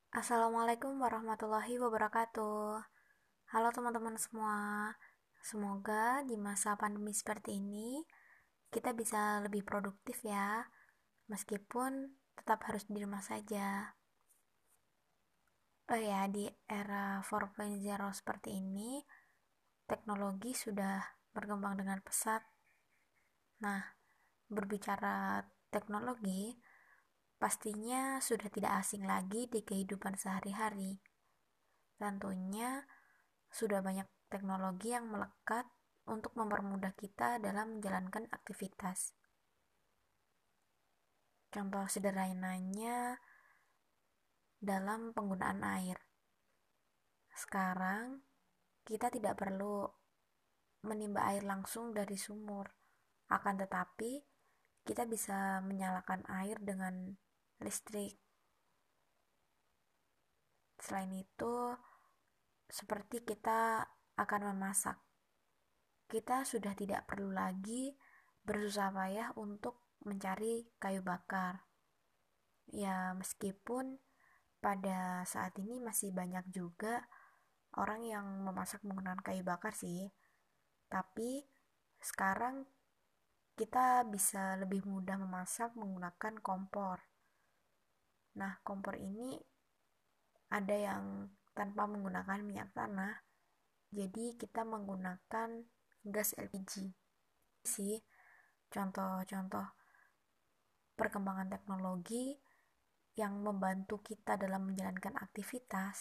Assalamualaikum warahmatullahi wabarakatuh. Halo teman-teman semua. Semoga di masa pandemi seperti ini kita bisa lebih produktif ya, meskipun tetap harus di rumah saja. Oh ya, di era 4.0 seperti ini, teknologi sudah berkembang dengan pesat. Nah, berbicara teknologi, pastinya sudah tidak asing lagi di kehidupan sehari-hari. Tentunya sudah banyak teknologi yang melekat untuk mempermudah kita dalam menjalankan aktivitas. Contoh sederhananya dalam penggunaan air. Sekarang kita tidak perlu menimba air langsung dari sumur. Akan tetapi, kita bisa menyalakan air dengan listrik. Selain itu, seperti kita akan memasak, kita sudah tidak perlu lagi bersusah payah untuk mencari kayu bakar. Ya, meskipun pada saat ini masih banyak juga orang yang memasak menggunakan kayu bakar sih. Tapi sekarang kita bisa lebih mudah memasak menggunakan kompor. Nah, kompor ini ada yang tanpa menggunakan minyak tanah. Jadi kita menggunakan gas LPG. Sih, contoh-contoh perkembangan teknologi yang membantu kita dalam menjalankan aktivitas,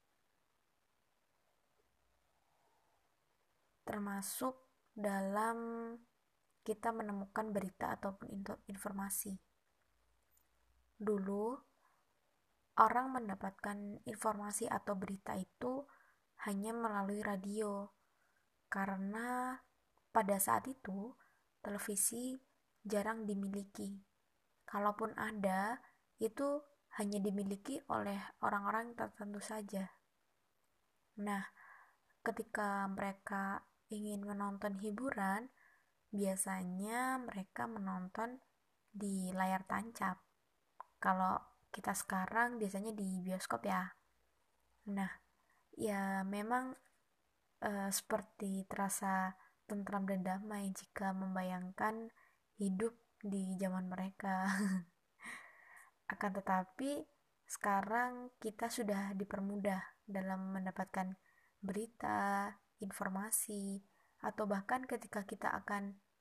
termasuk dalam kita menemukan berita ataupun informasi. Dulu, orang mendapatkan informasi atau berita itu hanya melalui radio, karena pada saat itu televisi jarang dimiliki. Kalaupun ada, itu hanya dimiliki oleh orang-orang tertentu saja. Nah, ketika mereka ingin menonton hiburan, biasanya mereka menonton di layar tancap. Kalau kita sekarang biasanya di bioskop ya. Nah, ya memang seperti terasa tentram dan damai jika membayangkan hidup di zaman mereka. Akan tetapi sekarang kita sudah dipermudah dalam mendapatkan berita, informasi, atau bahkan ketika kita akan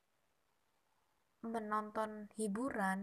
menonton hiburan,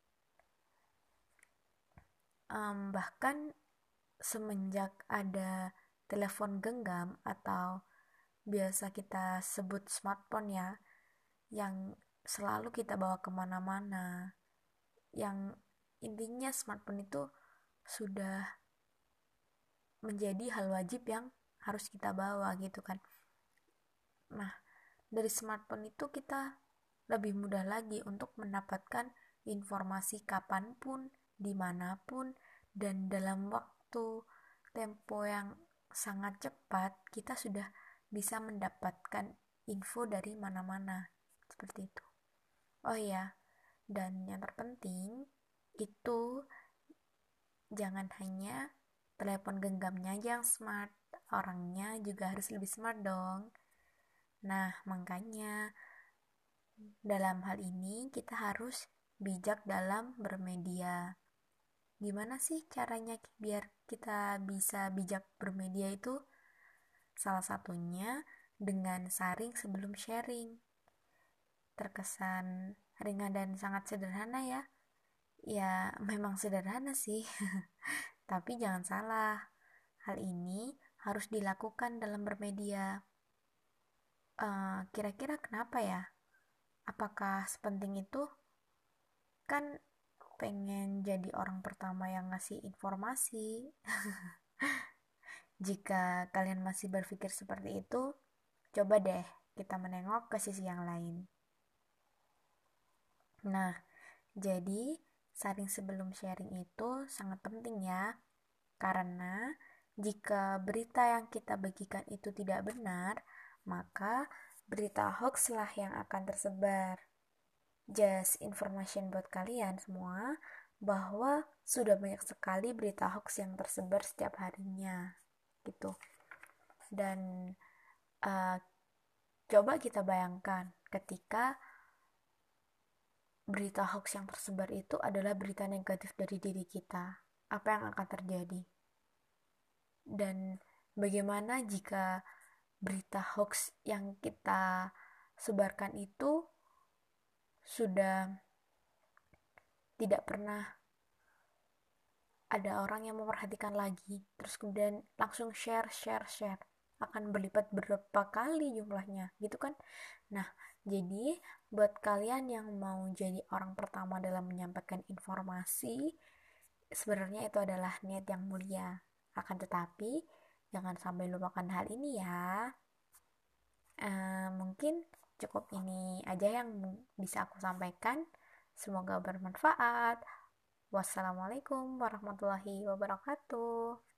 bahkan semenjak ada telepon genggam atau biasa kita sebut smartphone ya, yang selalu kita bawa kemana-mana, yang intinya smartphone itu sudah menjadi hal wajib yang harus kita bawa gitu kan. Nah, dari smartphone itu kita lebih mudah lagi untuk mendapatkan informasi kapanpun, dimanapun, dan dalam waktu tempo yang sangat cepat kita sudah bisa mendapatkan info dari mana-mana seperti itu. Oh ya, dan yang terpenting itu jangan hanya telepon genggamnya aja yang smart, orangnya juga harus lebih smart dong. Nah, makanya dalam hal ini kita harus bijak dalam bermedia. Gimana sih caranya biar kita bisa bijak bermedia itu? Salah satunya dengan saring sebelum sharing. Terkesan ringan dan sangat sederhana ya. Ya, memang sederhana sih. Tapi jangan salah, hal ini harus dilakukan dalam bermedia. Kira-kira kenapa ya? Apakah sepenting itu? Kan pengen jadi orang pertama yang ngasih informasi. Jika kalian masih berpikir seperti itu, coba deh kita menengok ke sisi yang lain. Nah, jadi saring sebelum sharing itu sangat penting ya, karena jika berita yang kita bagikan itu tidak benar, maka berita hoax lah yang akan tersebar. Just information buat kalian semua, bahwa sudah banyak sekali berita hoax yang tersebar setiap harinya gitu. Dan uh, coba kita bayangkan ketika berita hoax yang tersebar itu adalah berita negatif dari diri kita, apa yang akan terjadi? Dan bagaimana jika berita hoax yang kita sebarkan itu sudah tidak pernah ada orang yang memperhatikan lagi, terus kemudian langsung share, akan berlipat berapa kali jumlahnya gitu kan. Nah, jadi buat kalian yang mau jadi orang pertama dalam menyampaikan informasi, sebenarnya itu adalah niat yang mulia. Akan tetapi jangan sampai lupakan hal ini ya. Mungkin cukup ini aja yang bisa aku sampaikan. Semoga bermanfaat. Wassalamualaikum warahmatullahi wabarakatuh.